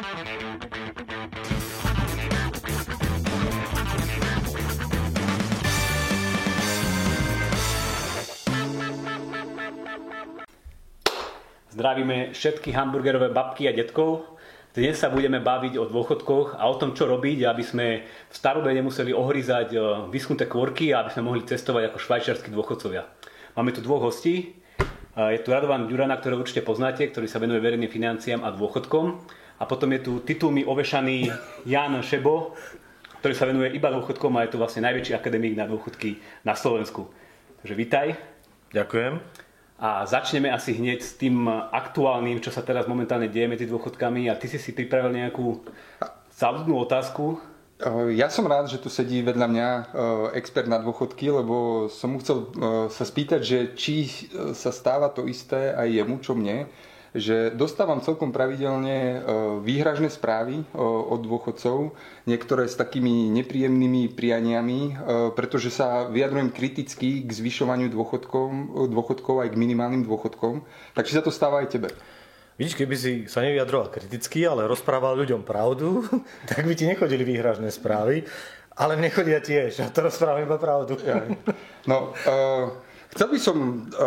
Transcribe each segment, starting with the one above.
Zdravíme všetky hamburgerové babky a detkov. Dnes sa budeme baviť o dôchodkoch a o tom, čo robiť, aby sme v starobe nemuseli ohryzať vyschnuté kôrky a aby sme mohli cestovať ako švajčiarski dôchodcovia. Máme tu dvoch hostí. Je tu Radovan Ďurana, ktorého určite poznáte, ktorý sa venuje verejným financiám a dôchodkom. A potom je tu titulmi ovešaný Jan Šebo, ktorý sa venuje iba dôchodkom a je to vlastne najväčší akademik na dôchodky na Slovensku. Takže vítaj. Ďakujem. A začneme asi hneď s tým aktuálnym, čo sa teraz momentálne deje medzi dôchodkami. A ty si pripravil nejakú záľudnú otázku? Ja som rád, že tu sedí vedľa mňa expert na dôchodky, lebo som mu chcel sa spýtať, že či sa stáva to isté aj jemu, čo mne, že dostávam celkom pravidelne výhražné správy od dôchodcov, niektoré s takými nepríjemnými prianiami, pretože sa vyjadrujem kriticky k zvyšovaniu dôchodkov aj k minimálnym dôchodkom. Tak či sa to stáva aj tebe? Vidíš, keby si sa nevyjadroval kriticky, ale rozprával ľuďom pravdu, tak by ti nechodili výhražné správy, ale mne chodia tiež a to rozprávam iba pravdu. No, chcel by som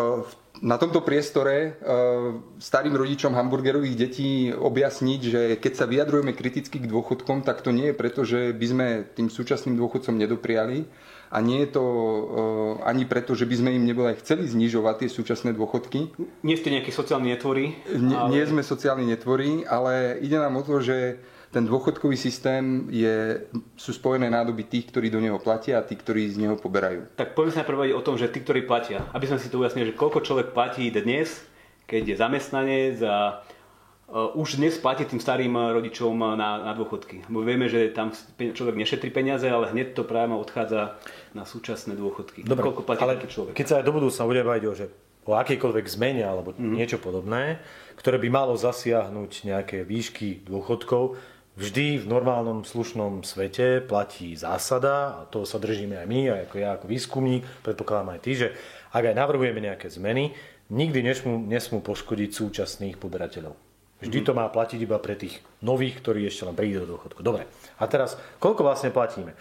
na tomto priestore starým rodičom hamburgerových detí objasniť, že keď sa vyjadrujeme kriticky k dôchodkom, tak to nie je preto, že by sme tým súčasným dôchodcom nedopriali a nie je to ani preto, že by sme im neboli chceli znižovať tie súčasné dôchodky. Nie ste nejakí sociálni netvorí? Nie sme sociálni netvorí, ale ide nám o to, že ten dôchodkový systém sú spojené nádoby tých, ktorí do neho platia a tí, ktorí z neho poberajú. Tak poďme sa najprv o tom, že tí, ktorí platia. Aby sme si to ujasnili, že koľko človek platí dnes, keď je zamestnanec a už dnes platí tým starým rodičom na dôchodky. Bo vieme, že tam človek nešetrí peniaze, ale hneď to práve odchádza na súčasné dôchodky. Dobre, koľko platí ale taký človek? keď sa aj do budúcna bude baviť o akejkoľvek zmene alebo niečo podobné, ktoré by malo zasiahnuť nejaké výšky dôchodkov, vždy v normálnom slušnom svete platí zásada, a toho sa držíme aj my, aj ako ja ako výskumník, predpokladám aj ty, že ak aj navrhujeme nejaké zmeny, nikdy nesmú poškodiť súčasných poberateľov. Vždy to má platiť iba pre tých nových, ktorí ešte len prídu do dôchodku. Dobre, a teraz, koľko vlastne platíme?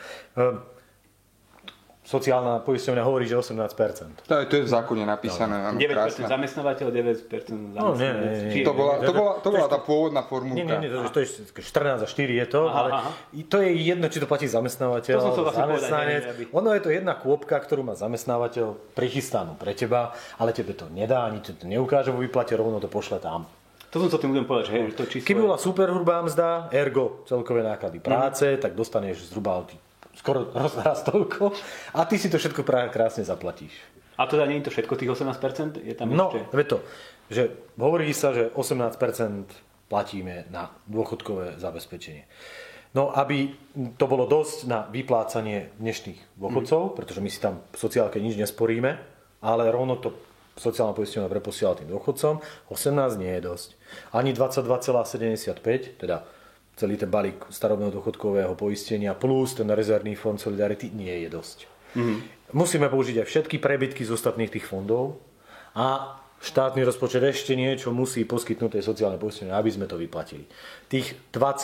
Sociálna poisťovňa hovorí, že 18%. To je v zákone napísané. No, 9% zamestnávateľ, 9% zamestnanec. To bola tá pôvodná formulka. Nie, to je 14 a 4 je to, ale to je jedno, či to platí zamestnávateľ alebo zamestnanec. Ono je to jedna kôpka, ktorú má zamestnávateľ prichystanú pre teba, ale tebe to nedá, ani to neukáže vo výplate, rovno to pošle tam. To som sa tým budem povedať, že to číslo... Keby bola superhrubá mzda, ergo celkové náklady práce, tak dostaneš zhruba skoro raz toľko a ty si to všetko krásne zaplatíš. A teda nie je to všetko, tých 18%? Je tam no, ešte... je to, že hovorí sa, že 18% platíme na dôchodkové zabezpečenie. No, aby to bolo dosť na vyplácanie dnešných dôchodcov, pretože my si tam v sociálke nič nesporíme, ale rovno to sociálna poisťovňa preposiela tým dôchodcom, 18 nie je dosť. Ani 22,75, teda celý ten balík starobného dôchodkového poistenia plus ten rezervný fond Solidarity nie je dosť. Musíme použiť aj všetky prebytky z ostatných tých fondov a štátny rozpočet ešte niečo musí poskytnúť tej sociálnej poistenie, aby sme to vyplatili. Tých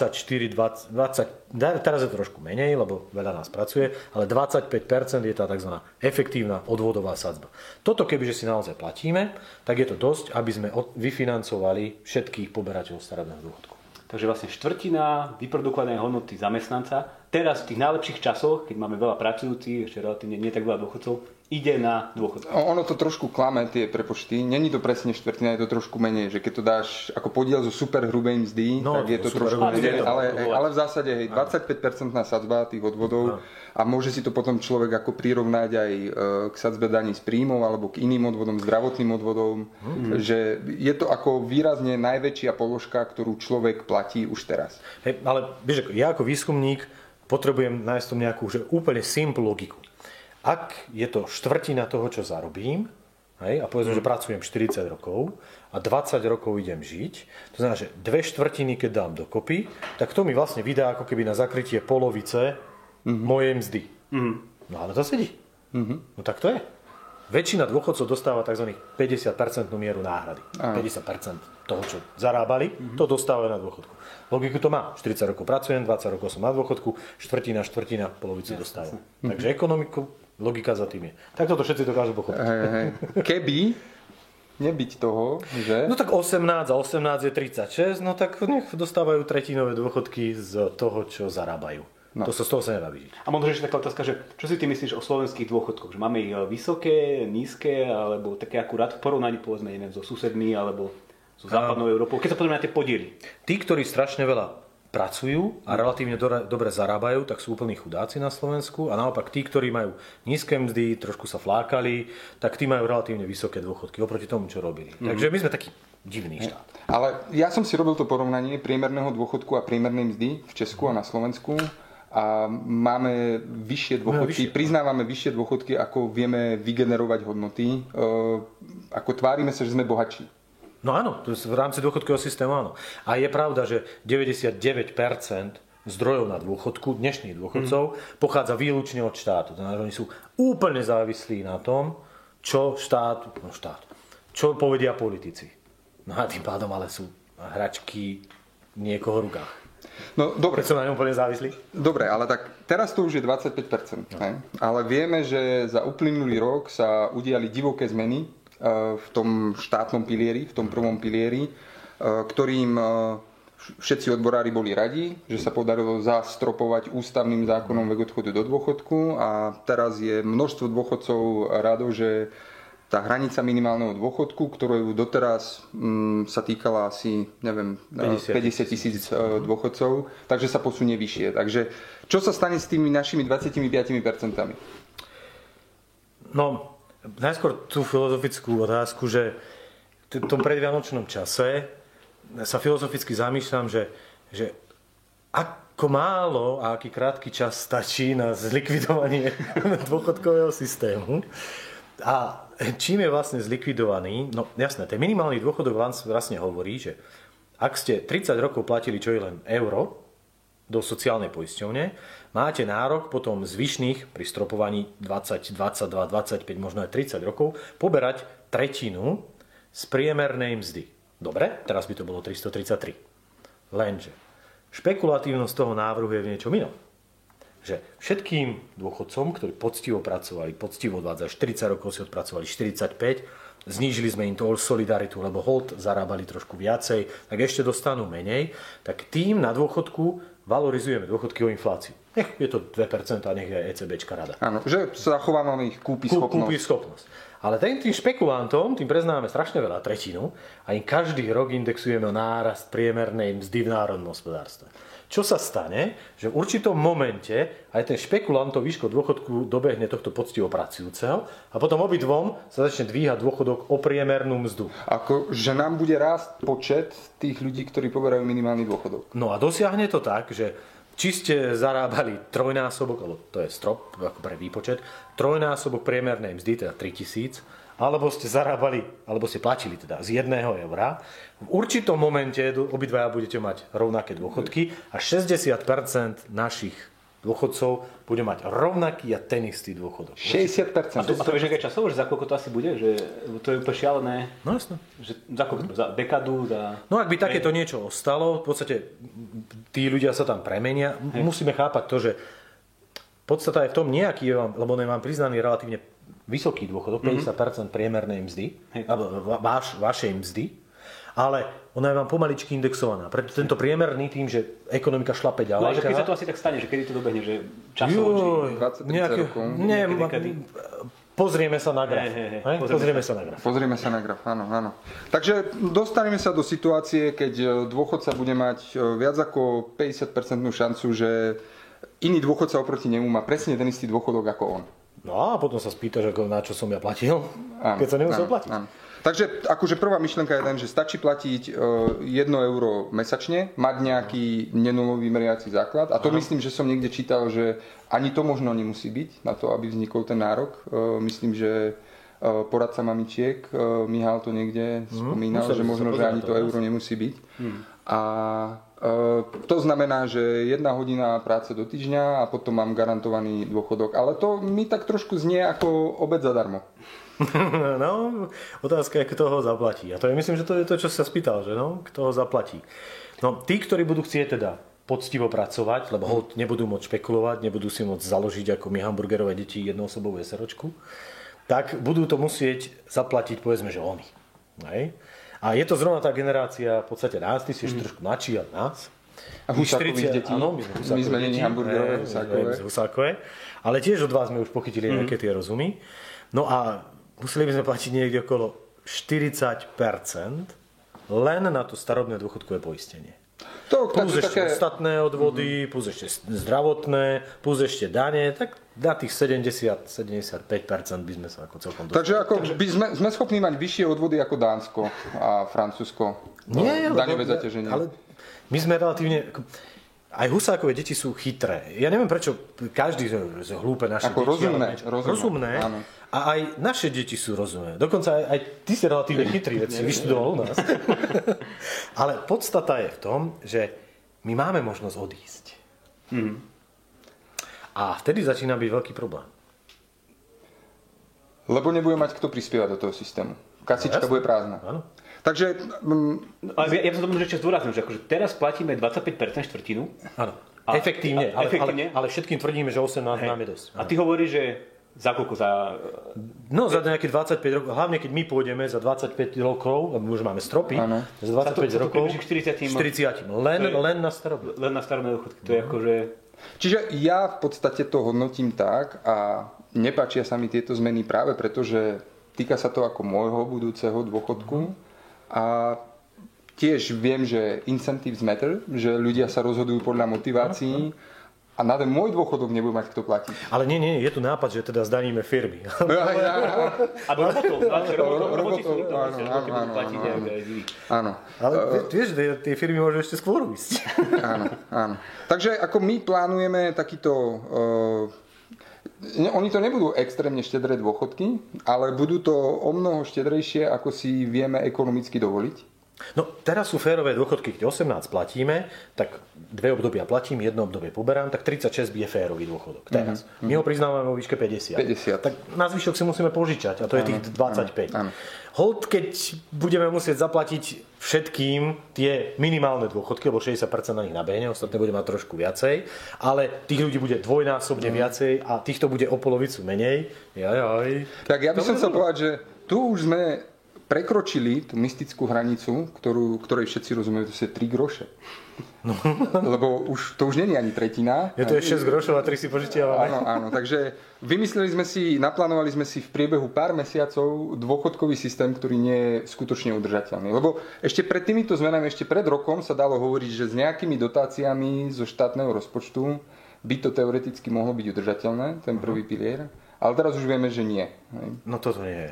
20, teraz je to trošku menej, lebo veľa nás pracuje, ale 25% je tá tzv. Efektívna odvodová sadzba. Toto kebyže si naozaj platíme, tak je to dosť, aby sme vyfinancovali všetkých poberateľov starobného dôchodku. Takže vlastne štvrtina vyprodukovanej hodnoty zamestnanca, teraz v tých najlepších časoch, keď máme veľa pracujúcich, ešte relatívne nie tak veľa dôchodcov, ide na dôchodky. Ono to trošku klame, tie prepočty. Není to presne štvrtina, je to trošku menej. Že keď to dáš ako podiel zo superhrubej mzdy, tak je to trošku menej. Ale v zásade 25% sadzba tých odvodov a môže si to potom človek ako prirovnať aj k sadzbe daní z príjmov alebo k iným odvodom, zdravotným odvodom. Že je to ako výrazne najväčšia položka, ktorú človek platí už teraz. Hej, ale vieš, ja ako výskumník potrebujem nájsť tom nejakú že úplne simple logiku. Ak je to štvrtina toho, čo zarobím, hej, a povedzme, že pracujem 40 rokov a 20 rokov idem žiť, to znamená, že 2/4, keď dám dokopy, tak to mi vlastne vydá ako keby na zakrytie polovice mojej mzdy. No ale to sedí. No tak to je. väčšina dôchodcov dostáva tzv. 50% mieru náhrady. 50% toho, čo zarábali, to dostávajú na dôchodku. Logiku to má. 40 rokov pracujem, 20 rokov som na dôchodku, štvrtina, polovicu dostávam. Takže ekonomiku, logika za tým je. Tak toto všetci dokážu pochopiť. Keby nebyť toho, že... No tak 18 a 18 je 36, no tak nech dostávajú tretinové dôchodky z toho, čo zarábajú. No. To sa z toho sa nedá vyžiť. A možno ešte taká otázka, že čo si ty myslíš o slovenských dôchodkoch? Že máme ich vysoké, nízke, alebo také akurát v porovnaní, povedzme, neviem, so susedmi, alebo so západnou Európou? Keď sa pozrieme na tie podiely. Tí, ktorí strašne veľa pracujú a relatívne dobre zarábajú, tak sú úplní chudáci na Slovensku. A naopak tí, ktorí majú nízke mzdy, trošku sa flákali, tak tí majú relatívne vysoké dôchodky oproti tomu, čo robili. Takže my sme taký divný štát. Ale ja som si robil to porovnanie priemerného dôchodku a priemernej mzdy v Česku a na Slovensku. A máme vyššie dôchodky, priznávame vyššie dôchodky, ako vieme vygenerovať hodnoty, ako tvárime sa, že sme bohatší. No áno, v rámci dôchodkového systému áno. A je pravda, že 99% zdrojov na dôchodku, dnešných dôchodcov, pochádza výlučne od štátu. To znamená, že oni sú úplne závislí na tom, čo čo povedia politici. No a tým pádom ale sú hračky niekoho v rukách. No dobre. Keď som na ňom úplne závislí? Dobre, ale tak teraz to už je 25%. No. Ale vieme, že za uplynulý rok sa udiali divoké zmeny v tom štátnom pilieri, v tom prvom pilieri, ktorým všetci odborári boli radi, že sa podarilo zastropovať ústavným zákonom vek odchodu do dôchodku a teraz je množstvo dôchodcov rado, že tá hranica minimálneho dôchodku, ktorú doteraz sa týkala asi, neviem, 50 000 dôchodcov, takže sa posunie vyššie. Takže čo sa stane s tými našimi 25%? No, najskôr tú filozofickú otázku, že v tom predvianočnom čase sa filozoficky zamýšľam, že ako málo a aký krátky čas stačí na zlikvidovanie dôchodkového systému. A čím je vlastne zlikvidovaný? No jasné, ten minimálny dôchodok vlastne hovorí, že ak ste 30 rokov platili čo je len euro do sociálnej poisťovne, máte nárok potom zvyšných pri stropovaní 20, 22, 25, možno aj 30 rokov poberať tretinu z priemernej mzdy. Dobre, teraz by to bolo 333. Lenže špekulatívnosť toho návrhu je v niečom inom. Že všetkým dôchodcom, ktorí poctivo pracovali, poctivo odvádzali, 40 rokov si odpracovali, 45, znížili sme im to solidaritu, lebo hold zarábali trošku viacej, tak ešte dostanú menej, tak tým na dôchodku valorizujeme dôchodky o infláciu. Nech je to 2% a nech je ECBčka rada. Áno, že zachovávame ich kúpyschopnosť. Ale tým špekulantom, tým preznáme strašne veľa, tretinu, a im každý rok indexujeme nárast priemernej mzdy v národnom hospodárstve. Čo sa stane, že v určitom momente aj ten špekulant to výško dôchodku dobehne tohto poctivo pracujúceho a potom obidvom sa začne dvíhať dôchodok o priemernú mzdu. Ako, že nám bude rásť počet tých ľudí, ktorí poberajú minimálny dôchodok. No a dosiahne to tak, že či ste zarábali trojnásobok, alebo to je strop ako pre výpočet, trojnásobok priemernej mzdy, teda 3000, alebo ste zarábali, alebo ste platili teda z 1 eura, v určitom momente obidvaja budete mať rovnaké dôchodky a 60% našich dôchodcov bude mať rovnaký a ten istý dôchodok. 60%? A to vieš, aké časovo, že za koľko to asi bude? Že to je úplne šialené. No jasno. Že za koľko? Za dekadu? No ak by takéto niečo ostalo, v podstate tí ľudia sa tam premenia. Musíme chápať to, že podstata je v tom nejaký, lebo nemám priznaný relatívne vysoký dôchodok, 50% priemernej mzdy, alebo vašej mzdy, ale ona je vám pomaličky indexovaná. Preto tento priemerný tým, že ekonomika šlape ďalej. No, že keď sa to asi tak stane, že kedy to dobehne, že časovo? 20-30 rokov. Pozrieme sa na graf. Pozrieme sa na graf, áno. Takže dostaneme sa do situácie, keď dôchodca bude mať viac ako 50% šancu, že iný dôchodca oproti nemu má presne ten istý dôchodok ako on. No a potom sa spýtaš, na čo som ja platil, keď som nemusel platiť. Áno. Takže akože prvá myšlienka je ten, že stačí platiť 1 euro mesačne, mať nejaký nenulový meriaci základ. A to myslím, že som niekde čítal, že ani to možno nemusí byť na to, aby vznikol ten nárok. Myslím, že poradca mamičiek, Mihal to niekde spomínal, že možno, že ani to euro nemusí byť. A to znamená, že 1 hodina práce do týždňa a potom mám garantovaný dôchodok. Ale to mi tak trošku znie ako obed zadarmo. No, otázka je, kto ho zaplatí. A to je, myslím, že to je to, čo sa spýtal, že no, kto ho zaplatí. No, tí, ktorí budú chcieť teda poctivo pracovať, lebo nebudú môcť špekulovať, nebudú si môcť založiť ako my hamburgerové deti jednoosobovú SROčku, tak budú to musieť zaplatiť, povedzme, že oni. Hej? A je to zrovna tá generácia v podstate nás, ty si ešte trošku mladší od nás. A Husákových detí. Áno, my sme není hamburgerové, Husákové. Ale tiež od vás sme už pochytili nejaké tie rozumy. No a museli by sme platiť niekde okolo 40% len na to starobné dôchodkové poistenie. Plus ešte ostatné odvody, plus ešte zdravotné, plus ešte dane, tak na tých 70-75% by sme sa ako celkom dostali. Takže sme schopní mať vyššie odvody ako Dánsko a Francúzsko. Nie, daňové zaťaženie. Ale my sme relatívne... Aj Husákové deti sú chytré. Ja neviem, prečo každý z hlúpe naše ako deti... rozumné. Áno. A aj naše deti sú rozumné. Dokonca aj ty si relatívne chytrý, veď si vyštudoval u nás. Ale podstata je v tom, že my máme možnosť odísť. A vtedy začína byť veľký problém. Lebo nebude mať kto prispievať do toho systému. Kasička bude prázdna. Áno. Takže... Ale ja som to možno ešte zdôraznil, že akože teraz platíme 25% štvrtinu. Áno. Efektívne. Ale všetkým tvrdíme, že 18 máme dosť. A ty hovoríš, že za koľko? No za nejaké 25 rokov. Hlavne keď my pôjdeme za 25 rokov, lebo už máme stropy, za 25 rokov. 40. Len na starobné. Len na starobné dôchodky. To je akože... Čiže ja v podstate to hodnotím tak a nepáčia sa mi tieto zmeny práve preto, že týka sa to ako môjho budúceho dôchodku a tiež viem, že incentives matter, že ľudia sa rozhodujú podľa motivácií a na ten môj dôchodok nebudú mať kto platiť. Ale nie, je tu nápad, že teda zdaníme firmy. A robotov. Áno. Ale vieš, tie firmy môžu ešte skôr ísť. Áno. Takže ako my plánujeme takýto... Oni to nebudú extrémne štedré dôchodky, ale budú to o mnoho štedrejšie, ako si vieme ekonomicky dovoliť. No teraz sú férové dôchodky, keď 18 platíme, tak 2 obdobia platím, 1 obdobie poberám, tak 36 je férový dôchodok. Teraz. My ho priznávame vo výške 50. Tak na zvyšok si musíme požičať a to je tých 25. Hold, keď budeme musieť zaplatiť všetkým tie minimálne dôchodky, lebo 60% na nich nabehne, ostatné bude mať trošku viacej, ale tých ľudí bude dvojnásobne viacej a týchto bude o polovicu menej. Tak ja by som chcel povedať, že tu už sme prekročili tú mystickú hranicu, ktorej všetci rozumejú, to sú 3 groše. No. Lebo to už nie je ani tretina. Je to 6 grošov a 3 si požičiavame. Áno, takže naplánovali sme si v priebehu pár mesiacov dôchodkový systém, ktorý nie je skutočne udržateľný. Lebo ešte pred týmito zmenami, ešte pred rokom sa dalo hovoriť, že s nejakými dotáciami zo štátneho rozpočtu by to teoreticky mohlo byť udržateľné, ten prvý pilier. Ale teraz už vieme, že nie. No toto nie je.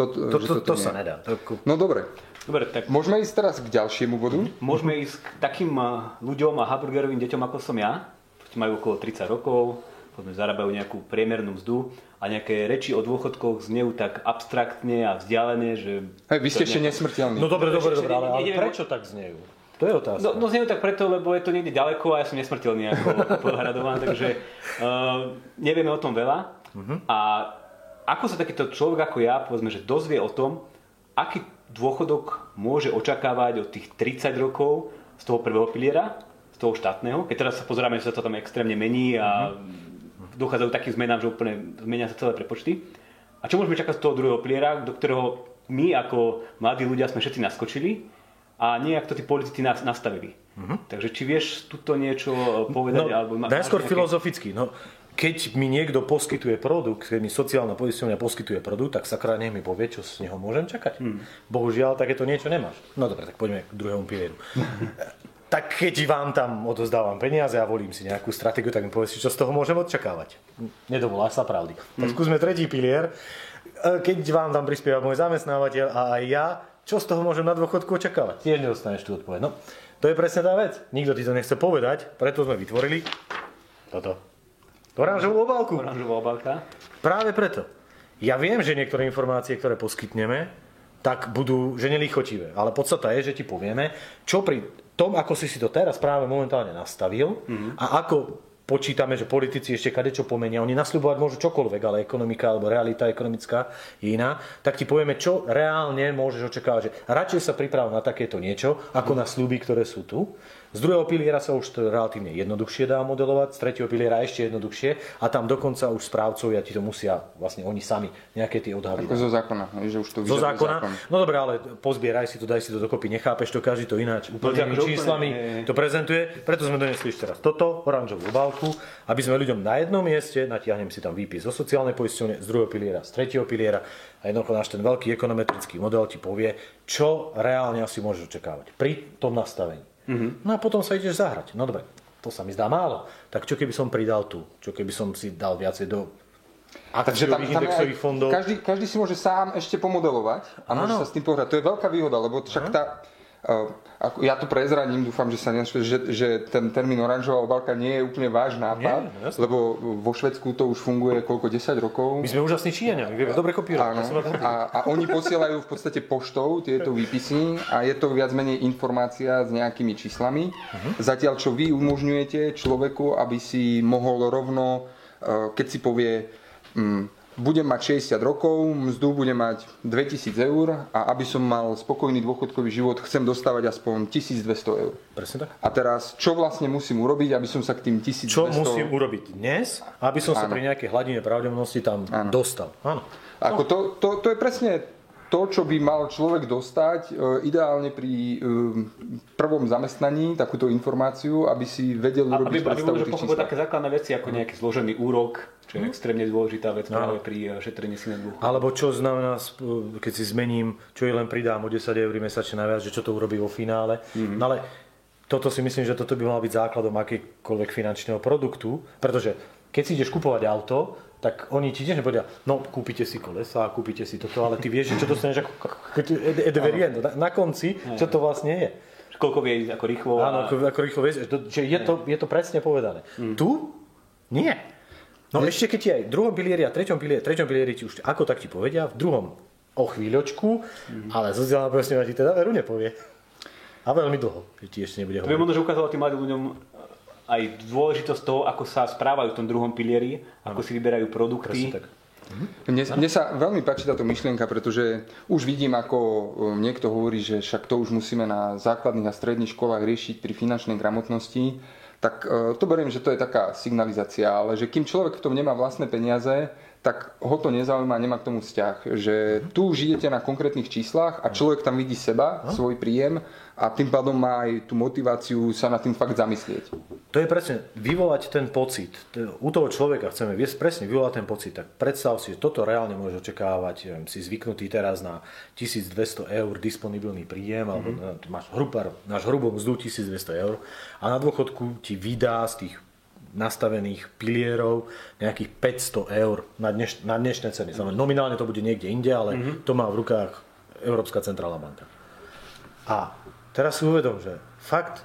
To sa nedá. No dobre, tak môžeme ísť teraz k ďalšiemu bodu? Môžeme ísť k takým ľuďom a hamburgerovým deťom, ako som ja. Majú okolo 30 rokov, potom zarábajú nejakú priemernú mzdu a nejaké reči o dôchodkoch znejú tak abstraktne a vzdialené, že... Vy ste ešte nesmrteľní. No dobre, ale prečo tak znejú? To je otázka. No znejú tak preto, lebo je to niekde ďaleko a ja som nesmrteľný ako Podhradován, takže nevieme o tom veľa. A ako sa takýto človek ako ja, povedzme, že dozvie o tom, aký dôchodok môže očakávať od tých 30 rokov z toho prvého piliera, z toho štátneho, keď teraz sa pozeráme, že sa to tam extrémne mení a dochádzajú takým zmenám, že úplne zmenia sa celé prepočty. A čo môžeme čakať z toho druhého piliera, do ktorého my ako mladí ľudia sme všetci naskočili a nejak to tí politici nás nastavili. Takže či vieš tuto niečo povedať? Najskôr filozoficky. Keď mi niekto poskytuje produkt, keď mi sociálna poisťovňa poskytuje produkt, tak sakra nech mi povie, čo z neho môžem čakať. Bohužiaľ, takéto niečo nemáš. No dobre, tak poďme k druhému pilieru. Tak keď vám tam odozdávam peniaze a volím si nejakú stratégiu, tak mi povedz, čo z toho môžem očakávať. Nedovoláš sa pravdy. Tak skúsme tretí pilier. Keď vám tam prispieva môj zamestnávateľ a aj ja, čo z toho môžem na dôchodku očakávať? Tiež nedostaneš tú odpoveď. No, to je presne tá vec. Nikto ti to nechce povedať, preto sme vytvorili toto. Oranžovú obálku. Oranžová obálka. Práve preto. Ja viem, že niektoré informácie, ktoré poskytneme, tak budú že nelichotivé. Ale podstata je, že ti povieme, čo pri tom, ako si to teraz práve momentálne nastavil a ako počítame, že politici ešte kadečo pomenia, oni nasľubovať môžu čokoľvek, ale ekonomika alebo realita ekonomická je iná, tak ti povieme, čo reálne môžeš očakávať. Že radšej sa priprav na takéto niečo, ako na sľuby, ktoré sú tu. Z druhého piliera sa už to relatívne jednoduchšie dá modelovať, z tretieho piliera ešte jednoduchšie a tam dokonca už správcovia ti to musia vlastne oni sami nejaké tie odhady. Ako zo zákona, že už to zo zákona. Zákon. No dobré, ale pozbieraj si to, daj si to dokopy, nechápeš to, každý to ináč úplnými číslami to prezentuje, preto sme donesli ešte raz toto, oranžovú obálku, aby sme ľuďom na jednom mieste, natiahnem si tam výpis zo sociálnej poisťovne, z druhého piliera, z tretieho piliera a jednoducho náš ten veľký ekonometrický model ti povie, čo reálne asi môžeš očakávať pri tom nastavení. No a potom sa ideš zahrať. No dobre, to sa mi zdá málo. Tak čo keby som pridal tu? Čo keby som si dal viacej do akciových indexových fondov? Každý si môže sám ešte pomodelovať a môže sa s tým pohrať. To je veľká výhoda, lebo však ja to prezradím, dúfam, že sa že ten termín oranžová obálka nie je úplne váš nápad, lebo vo Švédsku to už funguje koľko, 10 rokov. My sme úžasní Číňania, my vieme dobre kopírovať. A oni posielajú v podstate poštou tieto výpisy a je to viac menej informácia s nejakými číslami. Zatiaľ, čo vy umožňujete človeku, aby si mohol rovno, keď si povie budem mať 60 rokov, mzdu budem mať 2000 eur a aby som mal spokojný dôchodkový život, chcem dostávať aspoň 1200 eur. Presne tak. A teraz, čo vlastne musím urobiť, aby som sa k tým 1200... Čo musím urobiť dnes, aby som sa pri nejakej hladine pravdepodobnosti tam dostal. Áno. Ako to je presne to, čo by mal človek dostať ideálne pri prvom zamestnaní, takúto informáciu, aby si vedel urobiť predstavu tých čísel. Také základné veci, ako nejaký zložený úrok, čo je extrémne dôležitá vec práve pri šetrení si na dôchodku. Alebo čo znamená, keď si zmením, čo je len pridám o 10 eur mesačne naviac, že čo to urobí vo finále. No ale toto si myslím, že toto by mal byť základom akýkoľvek finančného produktu, pretože keď si ideš kupovať auto, tak oni ti tiež nepovedia, no kúpite si kolesa, kúpite si toto, ale ty vieš, čo dostaneš ako na konci, čo to vlastne je. Koľko vie ako rýchlo. Áno, ako rýchlo vieš, že je to presne povedané. Tu? Nie. No ešte keď ti aj v druhom pilieri a treťom pilieri ti už ako tak ti povedia, v druhom o chvíľočku, ale sociálna poisťovňa ti teda veru nepovie. A veľmi dlho, že ti ešte nebude hovoriť. To je možno, že ukázalo tým mladým ľuďom aj dôležitosť toho, ako sa správajú v tom druhom pilieri, ako si vyberajú produkty. Mne sa veľmi páči táto myšlienka, pretože už vidím, ako niekto hovorí, že však to už musíme na základných a stredných školách riešiť pri finančnej gramotnosti. Tak to beriem, že to je taká signalizácia, ale že kým človek v tom nemá vlastné peniaze, tak ho to nezaujíma, nemá k tomu vzťah. Že tu žijete na konkrétnych číslach a človek tam vidí seba, svoj príjem a tým pádom má aj tú motiváciu sa nad tým fakt zamyslieť. To je presne vyvolať ten pocit. U toho človeka chceme presne vyvolať ten pocit. Tak predstav si, že toto reálne môžeš očakávať. Si zvyknutý teraz na 1200 eur disponibilný príjem, alebo máš hrubú mzdu 1200 eur a na dôchodku ti vydá z tých nastavených pilierov nejakých 500 eur na dnešné ceny. Nominálne to bude niekde inde, ale to má v rukách Európska centrálna banka. A teraz si uvedom, že fakt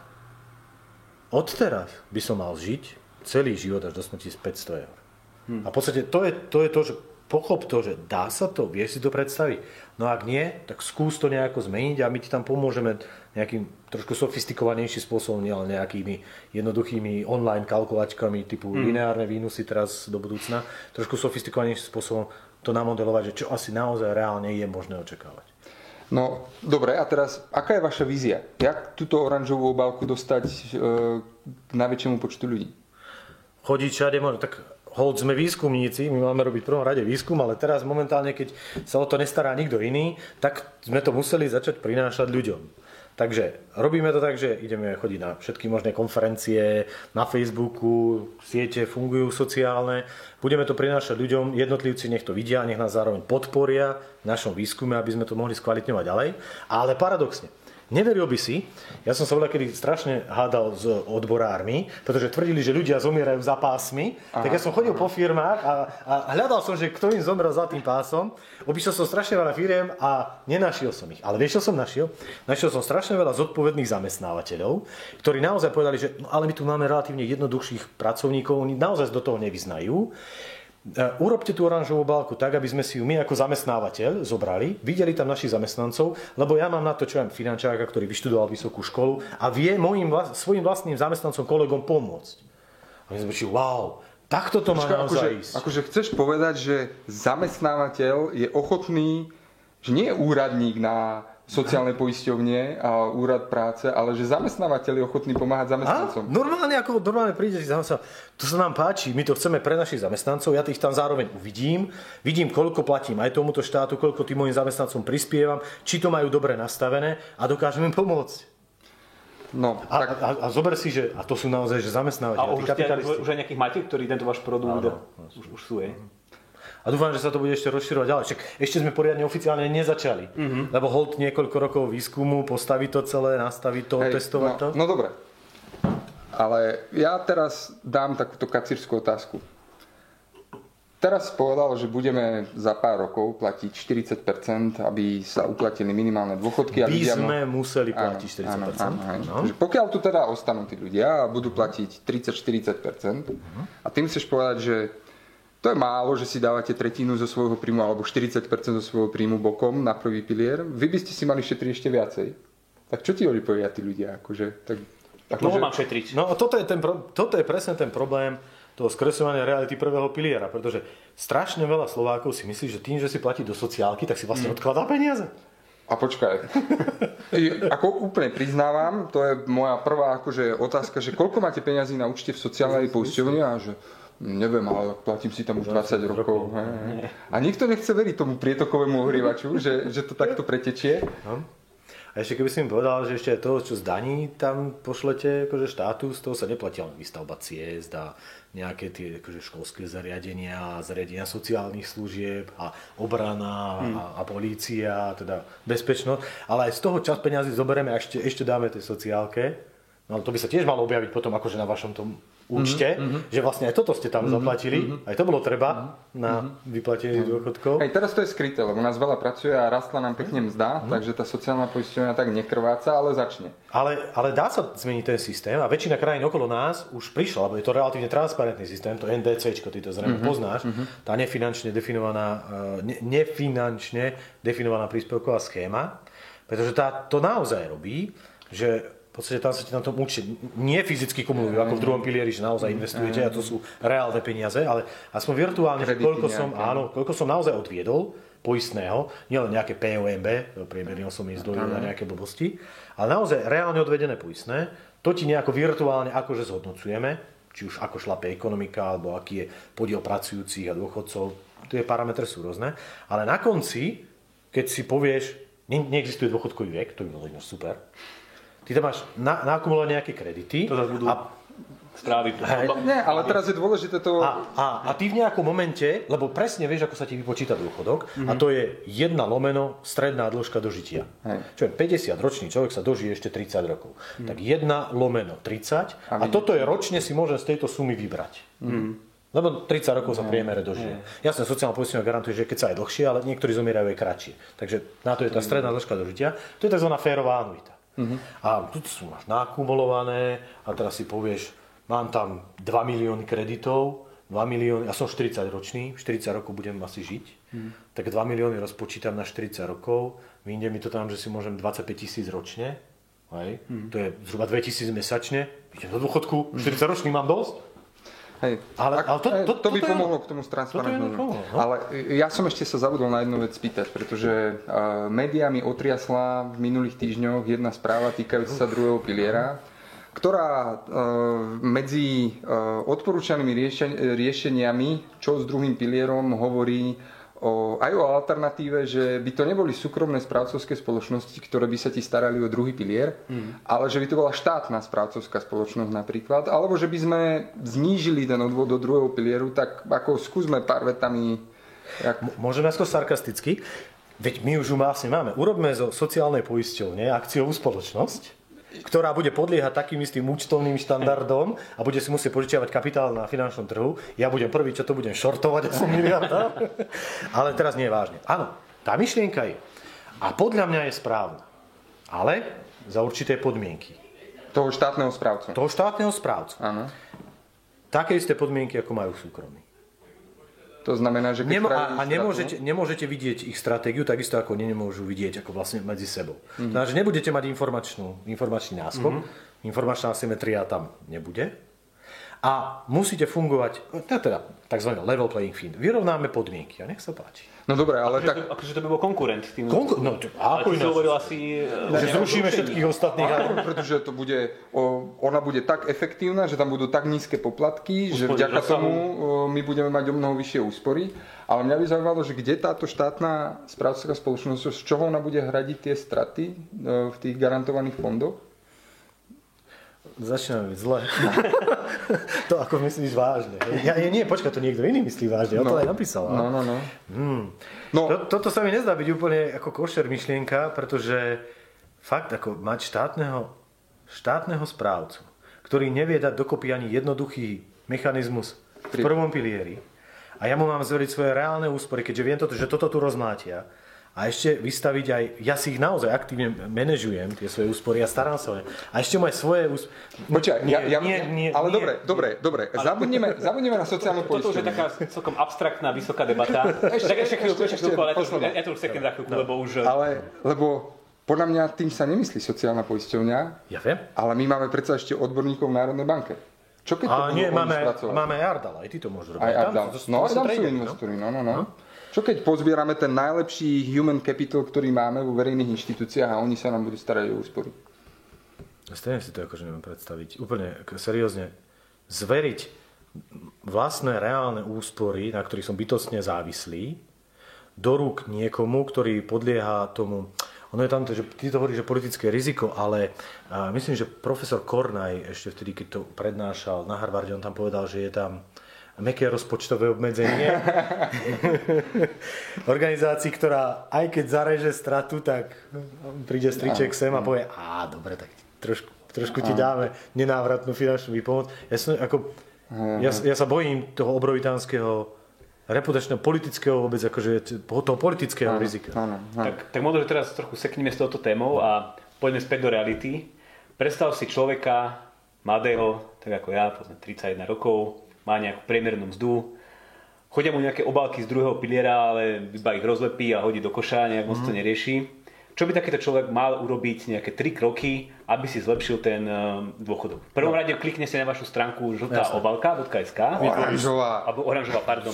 odteraz by som mal žiť celý život až do smrti z 500 eur. A v podstate to je to, že pochop to, že dá sa to, vieš si to predstaviť. No ak nie, tak skús to nejako zmeniť a my ti tam pomôžeme nejakým trošku sofistikovanejším spôsobom, nielen nejakými jednoduchými online kalkulačkami typu lineárne výnosy teraz do budúcna, trošku sofistikovanejším spôsobom to namodelovať, že čo asi naozaj reálne je možné očakávať. No, dobre, a teraz, aká je vaša vízia? Jak túto oranžovú obálku dostať k najväčšiemu počtu ľudí? Chodiť všade možno, tak hold sme výskumníci, my máme robiť v prvom rade výskum, ale teraz momentálne, keď sa o to nestará nikto iný, tak sme to museli začať prinášať ľuďom. Takže robíme to tak, že ideme chodiť na všetky možné konferencie, na Facebooku, siete fungujú sociálne. Budeme to prinášať ľuďom, jednotlivci nech to vidia, nech nás zároveň podporia v našom výskume, aby sme to mohli skvalitňovať ďalej. Ale paradoxne, neveril by si, ja som sa kedy strašne hádal s odborármi, pretože tvrdili, že ľudia zomierajú za pásmi, tak ja som chodil po firmách a hľadal som, že kto im zomrel za tým pásom. Obišiel som strašne veľa firiem a nenašiel som ich. Ale vieš, čo som našiel? Našiel som strašne veľa zodpovedných zamestnávateľov, ktorí naozaj povedali, že no, ale my tu máme relatívne jednoduchších pracovníkov, oni naozaj do toho nevyznajú. Urobte tú oranžovú obálku tak, aby sme si ju my ako zamestnávateľ zobrali, videli tam našich zamestnancov, lebo ja mám na to, čo ja finančáka, ktorý vyštudoval vysokú školu a vie svojim vlastným zamestnancom, kolegom pomôcť. A my sme počuli, wow, takto to má naozaj ísť. Akože chceš povedať, že zamestnávateľ je ochotný, že nie je úradník na sociálnej poisťovne a úrad práce, ale že zamestnávateľ je ochotný pomáhať zamestnancom. Normálne príde si zamestnanec. To sa nám páči, my to chceme pre našich zamestnancov, ja tých tam zároveň vidím, koľko platím aj tomuto štátu, koľko tým mojim zamestnancom prispievam, či to majú dobre nastavené a dokážem im pomôcť. No, a zober si, že a to sú naozaj že zamestnávateľi, už aj nejakých máte, ktorí tento váš produkt už sú, je. A dúfam, že sa to bude ešte rozširovať ďalej. Však ešte sme poriadne oficiálne nezačali. Lebo hold niekoľko rokov výskumu, postaviť to celé, nastaviť to, testovať to. No dobre. Ale ja teraz dám takúto kacírskú otázku. Teraz povedal, že budeme za pár rokov platiť 40%, aby sa uplatili minimálne dôchodky. Sme museli platiť 40%. Áno. Pokiaľ tu teda ostanú tí ľudia a budú platiť 30-40%, a tým chceš povedať, že to je málo, že si dávate tretinu zo svojho príjmu alebo 40% zo svojho príjmu bokom na prvý pilier. Vy by ste si mali šetriť ešte viacej. Tak čo ti povedia tí ľudia? Koho mám šetriť? No a toto je presne ten problém toho skresľovania reality prvého piliera, pretože strašne veľa Slovákov si myslí, že tým, že si platí do sociálky, tak si vlastne odkladá peniaze. A počkaj, ako úplne priznávam, to je moja prvá otázka, že koľko máte peňazí na účte v sociálnej poisťovni a že neviem, ale platím si tam už 20 rokov. A nikto nechce veriť tomu prietokovému ohrievaču, že to takto pretečie. A ešte keby si mi povedal, že ešte to, čo z daní tam pošlete štátu, z toho sa neplatí len výstavba ciest a nejaké tie školské zariadenia sociálnych služieb a obrana a polícia, teda bezpečnosť. Ale aj z toho časť peňazí zoberieme a ešte dáme tej sociálke. No to by sa tiež malo objaviť potom na vašom tom účte, že vlastne aj toto ste tam zaplatili, aj to bolo treba na vyplatenie dôchodkov. Aj teraz to je skryté, lebo nás veľa pracuje a rastla nám pekne mzda, takže tá sociálna poisťovňa tak nekrváca, ale začne. Ale dá sa zmeniť ten systém a väčšina krajín okolo nás už prišla, lebo je to relatívne transparentný systém, to NDCčko, ty to zrejme poznáš, tá nefinančne definovaná príspevková schéma, pretože to naozaj robí, že v podstate tam sa ti na tom účte nie fyzicky kumulujú, ako v druhom pilieri, že naozaj investujete a to sú reálne peniaze, ale aspoň virtuálne, koľko som naozaj odviedol poistného, nielen nejaké POMB, priemerne osobný zdroj na nejaké blbosti, ale naozaj reálne odvedené poistné, to ti nejako virtuálne akože zhodnocujeme, či už ako šlape ekonomika, alebo aký je podiel pracujúcich a dôchodcov, tie parametre sú rôzne, ale na konci, keď si povieš, neexistuje dôchodkový vek, to by bolo super, ty tam máš naakumulovať nejaké kredity. To zase budú správy. Nie, ale teraz je dôležité to... A ty v nejakom momente, lebo presne vieš, ako sa ti vypočíta dôchodok, a to je 1 lomeno stredná dĺžka dožitia. Čo je 50-ročný človek sa dožije ešte 30 rokov. Tak 1 lomeno 30 a toto je ročne si môžem z tejto sumy vybrať. Lebo 30 rokov sa priemere dožije. Jasne, sociálna poisťovňa garantuje, že keď sa aj dlhšie, ale niektorí zomierajú aj kratšie. Takže na to je tá stredná dĺžka dožitia. To je tzv. Férová anuita. A tu sú máš nakumulované a teraz si povieš, mám tam 2 milióny kreditov, 2 milióny, ja som 40 ročný, 40 rokov budem asi žiť, tak 2 milióny rozpočítam na 40 rokov, vyjde mi to tam, že si môžem 25 000 ročne, to je zhruba 2 000 mesačne, idem do dôchodku, 40 ročný mám dosť. Hej. Ale to by pomohlo k tomu transparentnému. Ale ja som ešte sa zabudol na jednu vec spýtať, pretože médiami otriasla v minulých týždňoch jedna správa týkajúca sa druhého piliera, ktorá medzi odporúčanými riešeniami, čo s druhým pilierom, hovorí aj o alternatíve, že by to neboli súkromné správcovské spoločnosti, ktoré by sa ti starali o druhý pilier, ale že by to bola štátna správcovská spoločnosť napríklad, alebo že by sme znížili ten odvod do druhého pilieru, tak ako skúsme pár vetami. Môžeme skôr sarkasticky, veď my už vlastne máme. Urobme zo sociálnej poisťovne akciovú spoločnosť, ktorá bude podliehať takým istým účtovným štandardom a bude si musieť požičiavať kapitál na finančnom trhu. Ja budem prvý, čo to budem šortovať, som miliardár. Ale teraz nie je vážne. Áno, tá myšlienka je. A podľa mňa je správna. Ale za určité podmienky. Toho štátneho správcu. Áno. Také isté podmienky, ako majú súkromní. To znamená, že nemôžete vidieť ich stratégiu, takisto ako nemôžu vidieť ako vlastne medzi sebou. Znamená, že nebudete mať informačný náskok, informačná asymetria tam nebude. A musíte fungovať, teda tzv. Level playing field. Vyrovnáme podmienky a nech sa páči. No dobre, ale Akože to by bol konkurent tým. Ale ty si hovoril asi... že zrušíme všetkých ostatných. Pretože to bude, ona bude tak efektívna, že tam budú tak nízke poplatky, že vďaka tomu my budeme mať o mnoho vyššie úspory. Ale mňa by zaujímalo, že kde táto štátna správcovská spoločnosť, z čoho ona bude hradiť tie straty v tých garantovaných fondoch? Začíname byť zle. To ako myslíš vážne. Nie, počkaj, to niekto iný myslí vážne. On to aj napísal. No. Toto sa mi nezdá byť úplne ako košer myšlienka, pretože fakt ako mať štátneho správcu, ktorý nevie dať dokopy ani jednoduchý mechanizmus v prvom pilieri a ja mu mám zveriť svoje reálne úspory, keďže viem že toto tu rozmátia, a ešte vystaviť aj, ja si ich naozaj aktívne manažujem, tie svoje úspory, ja starám sa o ne. A ešte moje svoje úspory... Počkaj, ale dobre. Zabudneme na sociálnu poisťovňu. Toto už je taká celkom abstraktná, vysoká debata. Ešte chvíľku, ale ja to už seknem za chvíľku, lebo už... Lebo podľa mňa tým sa nemyslí sociálna poisťovňa. Ja viem. Ale my máme predsa ešte odborníkov v Národnej banke. Čo keď to budú oni spracovať? Máme aj Ardal, aj ty to môžeš robiť. Aj Ardal. No, aj tam sú investori, no. Čo keď pozbierame ten najlepší human capital, ktorý máme vo verejných inštitúciách a oni sa nám budú starať o úspory? Stejne si to akože neviem predstaviť. Úplne seriózne. Zveriť vlastné reálne úspory, na ktorých som bytostne závislý, do rúk niekomu, ktorý podlieha tomu... Ono je tam, že ty to hovoríš, že politické riziko, ale myslím, že profesor Kornaj ešte vtedy, keď to prednášal na Harvarde, on tam povedal, že je tam mäkké rozpočtové obmedzenie organizácii, ktorá aj keď zareže stratu, tak príde striček sem a povie, dobre, tak trošku ti dáme nenávratnú finančnú výpomoc. Ja sa bojím toho obrovitánskeho reputačného politického vôbec, akože toho politického rizika. Tak možno, že teraz trochu sekneme s touto témou a poďme späť do reality. Predstav si človeka mladého, tak ako ja, 31 rokov, má nejakú priemernú mzdu, chodia mu nejaké obálky z druhého piliera, ale iba ich rozlepí a hodí do koša, nejak moc to nerieši. Čo by takýto človek mal urobiť nejaké 3 kroky, aby si zlepšil ten dôchodok? V prvom rade klikne si na vašu stránku žltáobalka.sk. Oranžová, pardon.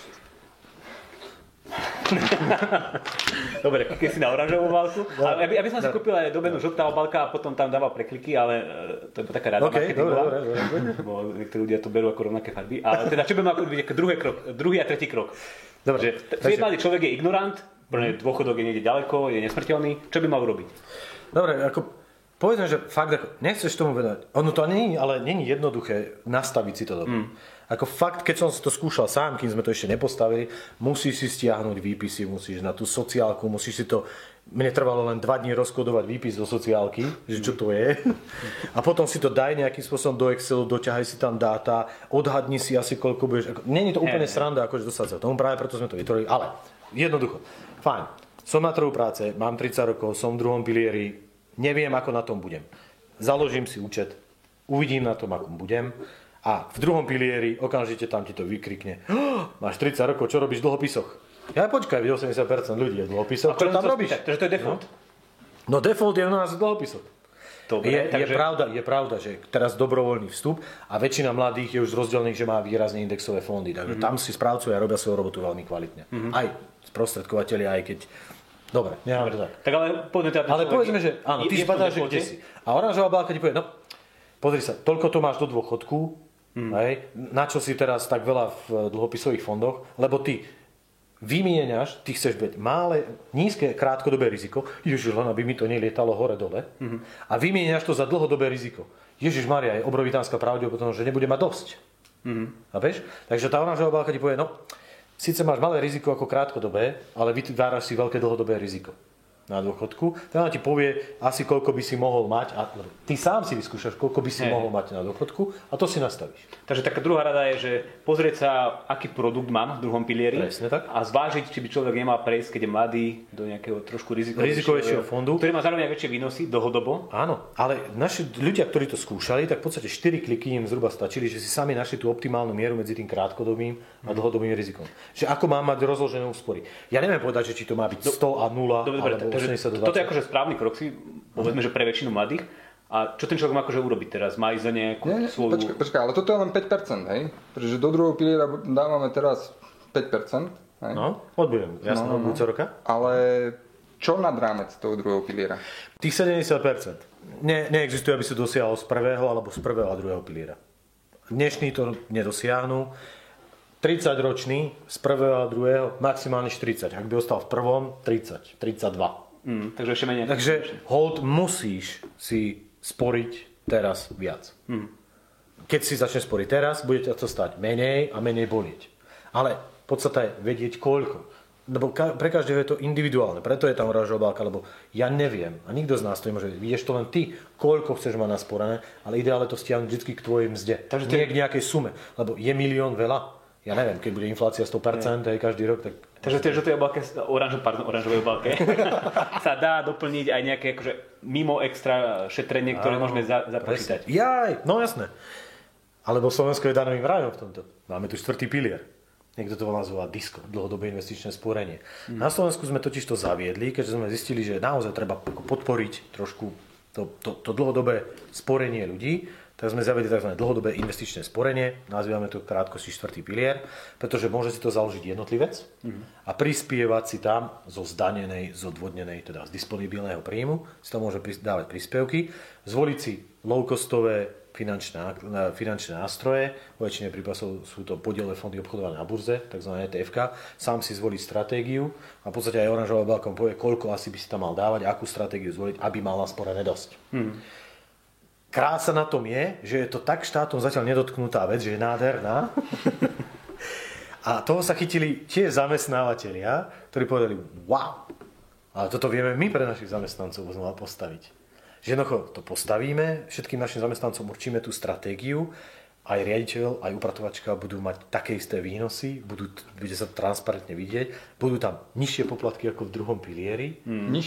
Dobre, klikne si na oranžovú obálku. Aby som si kúpil aj dobenú žltá obálka a potom tam dával prekliky, ale to je taká rada marketingová. Bo niektorí ľudia to berú ako rovnaké farby. Ale teda, čo by mal byť druhý a tretí krok? Dobre, mladý človek je ignorant, dôchodok je niekde ďaleko, je nesmrteľný. Čo by mal urobiť? Dobre, povedzme, že fakt nechceš tomu vedať. Ono to nie je jednoduché nastaviť si to dobre. Fakt, keď som si to skúšal sám, kým sme to ešte nepostavili, musíš si stiahnuť výpisy, musíš na tú sociálku, musíš si to... Mne trvalo len 2 dní rozkodovať výpis do sociálky, že čo to je. A potom si to daj nejakým spôsobom do Excelu, doťahaj si tam dáta, odhadni si asi koľko budeš... Nie je to úplne sranda, akože dostať sa tomu, práve preto sme to vytvorili, ale jednoducho. Fajn, som na trhu práce, mám 30 rokov, som v druhom pilieri, neviem, ako na tom budem. Založím si účet, uvidím na tom, ako budem. A v druhom pilieri okamžite tam ti to vykrikne. Máš 30 rokov, čo robíš v dlhopisoch? Ja počkaj, 80% ľudí je v dlhopisoch. Čo tam robíš? Takže to je default. No default je u nás v dlhopisoch. Dobre, je pravda, že teraz dobrovoľný vstup a väčšina mladých je už rozdelených, že má výrazne indexové fondy. Takže tam si správcovia robia svoju robotu veľmi kvalitne. Aj sprostredkovateľi, aj keď... Dobre, necháme to tak. Ale povedzme, že áno, ty spadáš, že kde si. A oranžová obálka ti povie, no pozri sa, toľko to máš do dôchodku, na čo si teraz tak veľa v dlhopisových fondoch, lebo ty vymieňaš, ty chceš byť nízke krátkodobé riziko, Ježiš, len aby mi to nelietalo hore-dole, a vymieňaš to za dlhodobé riziko. Ježišmaria, je obrovitánska pravdepodobnosť, že nebude mať dosť. A vieš? Takže tá oranžová obálka ti povie, no, síce máš malé riziko ako krátkodobé, ale vytváraš si veľké dlhodobé riziko na dôchodku. Teda ti povie asi koľko by si mohol mať a ty sám si vyskúšaš, koľko by si mohol mať na dôchodku a to si nastavíš. Takže taká druhá rada je, že pozrieť sa, aký produkt mám v druhom pilieri. Presne tak. A zvážiť, či by človek nemal prejsť, keď je mladý, do nejakého trošku rizikovejšieho fondu, ktorý má zároveň väčšie výnosy dlhodobo. Áno, ale naši ľudia, ktorí to skúšali, tak v podstate 4 kliky im zhruba stačili, že si sami našli tú optimálnu mieru medzi tým krátkodobým a dlhodobým rizikom. Že ako mám mať rozložené úspory. Ja neviem povedať, že či to má byť 100 a 0 alebo 80 do 20. Toto je akože správny krok si, povedzme, že pre väčšinu mladých. A čo ten človek má akože urobiť teraz? Má ísť za nejakú svoju... Počkaj, ale toto je len 5%, hej? Pretože do druhého piliera dávame teraz 5%, hej? No, odbudem, jasné, od budúceho roka. Ale čo nad rámec toho druhého piliera? Tých 70% neexistuje, aby si dosiahol z prvého alebo z prvého a druhého piliera. Dnešní to nedosiahnu. 30-ročný z prvého a druhého maximálne 40. Ak by ostal v prvom, 30, 32. Takže ešte menej. Takže hold musíš si sporiť teraz viac. Keď si začneš sporiť teraz, bude ťa to stať menej a menej bolieť. Ale podstata je vedieť koľko. Lebo pre každého je to individuálne. Preto je tam oranžová obálka, lebo ja neviem. A nikto z nás to nemôže. Vidieš to len ty, koľko chceš mať nasporené, ale ideálne to stiahnuť vždy k tvojej mzde. Takže nie k nejakej sume. Lebo je milión veľa. Ja neviem, keď bude inflácia 100% aj každý rok, tak... Takže tej žltej obálke, oranžovej obálke sa dá doplniť aj nejaké akože mimo extra šetrenie, ktoré môžeme započítať. Jaj, no jasné. Alebo Slovensko je daňovým rajom v tomto. Máme tu 4. pilier. Niekto to nazýva DISCO, dlhodobé investičné sporenie. Na Slovensku sme totiž to zaviedli, keďže sme zistili, že naozaj treba podporiť trošku to dlhodobé sporenie ľudí, tak sme zaviedli tzv. Dlhodobé investičné sporenie, nazývame to krátkosti 4. pilier, pretože môže si to založiť jednotlivec a prispievať si tam zo zdanenej, zodvodnenej, teda z disponibilného príjmu, si tam môže dávať príspevky, zvoliť si low-costové finančné nástroje, vo väčšine prípadov sú to podielové fondy obchodované na burze, tzv. ETF, sám si zvolí stratégiu a v podstate aj oranžová obálka povie, koľko asi by si tam mal dávať, akú stratégiu zvoliť, aby mal nasporené dosť. Krása na tom je, že je to tak štátom zatiaľ nedotknutá vec, že je nádherná. A toho sa chytili tie zamestnávateľia, ktorí povedali, wow, ale toto vieme my pre našich zamestnancov znova postaviť. Že jednoducho to postavíme, všetkým našim zamestnancom určíme tú stratégiu, aj riaditeľ, aj upratovačka budú mať také isté výnosy, bude sa transparentne vidieť, budú tam nižšie poplatky ako v druhom pilieri.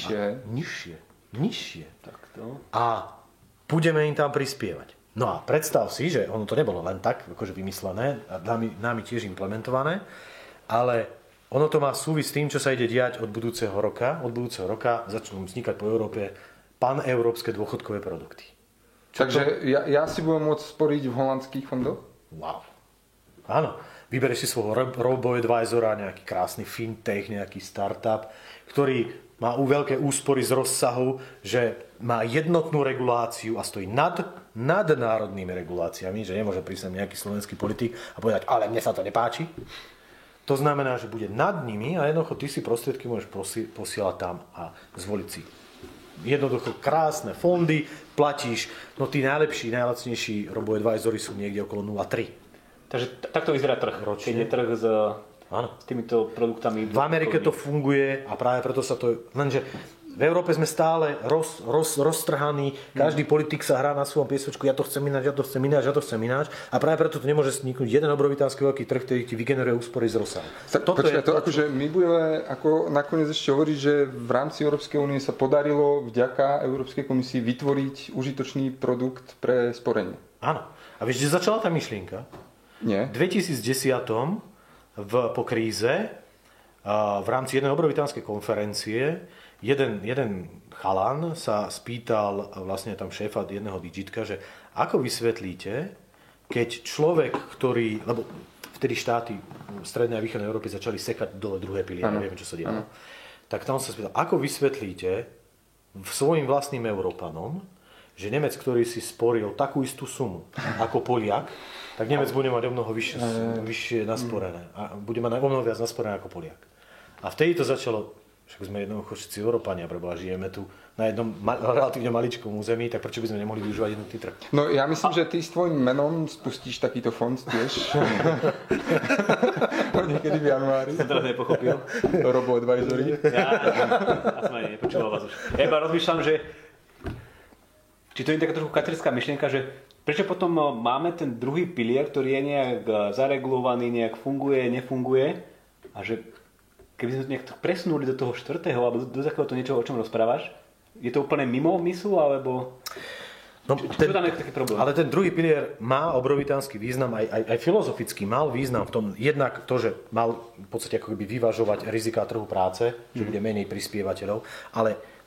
Nižšie. Takto. A budeme im tam prispievať. No a predstav si, že ono to nebolo len tak akože vymyslené, a nami tiež implementované, ale ono to má súvisť s tým, čo sa ide diať od budúceho roka. Od budúceho roka začnú vznikať po Európe paneurópske dôchodkové produkty. Takže ja si budem môcť sporiť v holandských fondoch? Wow. Áno. Vybereš si svojho robo-advisora, nejaký krásny fintech, nejaký startup, ktorý má veľké úspory z rozsahu, že má jednotnú reguláciu a stojí nad národnými reguláciami, že nemôže prísť sem nejaký slovenský politik a povedať, ale mne sa to nepáči. To znamená, že bude nad nimi a jednoducho ty si prostriedky môžeš posielať tam a zvoliť si. Jednoducho krásne fondy, platíš, no tí najlepší, najlacnejší robo-advisory sú niekde okolo 0,3. Takže takto vyzerá trh. Keď je trh s týmito produktami. V Amerike to funguje a práve preto sa to... Lenže v Európe sme stále roztrhaní, každý politik sa hrá na svojom piesočku, ja to chcem ináč. A práve preto to nemôže vzniknúť jeden obrovitánsky veľký trh, ktorý ti vygeneruje úspory z rozsahu. Akože my budeme ako nakoniec ešte hovoriť, že v rámci Európskej únie sa podarilo vďaka Európskej komisii vytvoriť užitočný produkt pre sporenie. Áno. A vieš, kde začala tá myšlienka? Nie. V 2010 po kríze v rámci jednej obrovitánskej konferencie jeden chalan sa spýtal vlastne tam šéfa jedného digitka, že ako vysvetlíte, keď človek, ktorý, lebo vtedy štáty v strednej a východnej Európy začali sekať dole druhé piliere, nevieme, čo sa dialo. Tak tam sa spýtal, ako vysvetlíte svojim vlastným Európanom, že Nemec, ktorý si sporil takú istú sumu ako Poliak, tak Nemec bude mať o mnoho vyššie nasporené a bude mať o mnoho viac nasporené ako Poliak. A vtedy to začalo, však sme jednoducho všetci Európania, preboha, žijeme tu na jednom relatívne maličkom území, tak prečo by sme nemohli využívať jednotný trh? No ja myslím, že ty s tvojím menom spustíš takýto fond tiež. Niekedy v januári. Som teraz nepochopil. Robo-advisory. Ja som aj nepočúval vás už. Ja iba rozmýšľam, že či to je taká trochu katerská myšlienka, že prečo potom máme ten druhý pilier, ktorý je nejak zaregulovaný, nejak funguje, nefunguje a že keby sme to nejak presunuli do toho štvrtého alebo do takéhoto niečoho, o čom rozprávaš, je to úplne mimo myslu, alebo čo tam je taký problém? Ale ten druhý pilier má obrovitánsky význam, aj filozoficky mal význam v tom, jednak to, že mal v podstate ako keby vyvažovať rizika trhu práce, že bude menej prispievateľov, ale v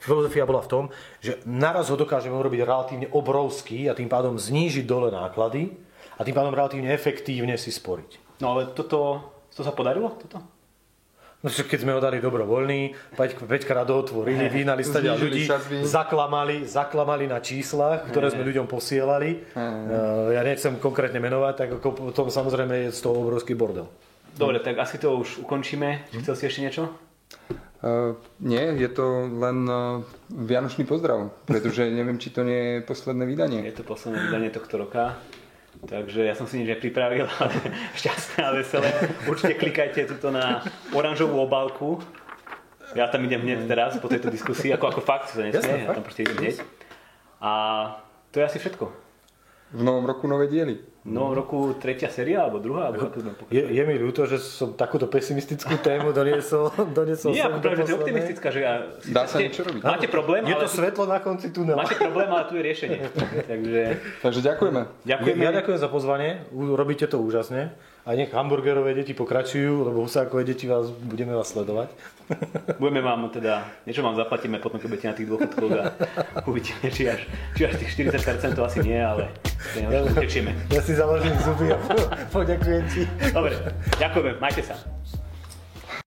filozofia bola v tom, že naraz ho dokážeme urobiť relatívne obrovský a tým pádom znížiť dole náklady a tým pádom relatívne efektívne si sporiť. No ale to sa podarilo? Toto? No, keď sme ho dali dobrovoľný, 5 krát ho otvorili, vyhnali stadia ľudí, zaklamali na číslach, ktoré sme ľuďom posielali. Ja nechcem konkrétne menovať, tak ako potom samozrejme je z toho obrovský bordel. Dobre, tak asi to už ukončíme. Chcel si ešte niečo? Nie, je to len vianočný pozdrav, pretože neviem, či to nie je posledné vydanie. Je to posledné vydanie tohto roka. Takže ja som si nič nepripravil, ale šťastné a veselé. Určite klikajte tuto na oranžovú obálku. Ja tam idem hneď teraz po tejto diskusii, ako fakt sa nesmie, ja tam proste idem hneď. A to je asi všetko. V novom roku nové diely. V novom roku 3. séria, alebo 2. Alebo je mi ľúto, že som takúto pesimistickú tému doniesol. Nie, ako práve, že to je optimistická, že dá sa niečo robiť. Máte problém, je to svetlo na konci tunela. Máte problém, ale tu je riešenie. Takže ďakujeme. Ja ďakujem za pozvanie, robíte to úžasne. A nech hamburgerové deti pokračujú, lebo husákové deti budeme vás sledovať. Budeme vám teda, niečo vám zaplatíme potom, keď budete na tých dôchodkoch a uvidíme, či až tých 40% to asi nie, ale utečieme. Ja si založím zuby a poďakujem ti. Dobre, ďakujeme, majte sa.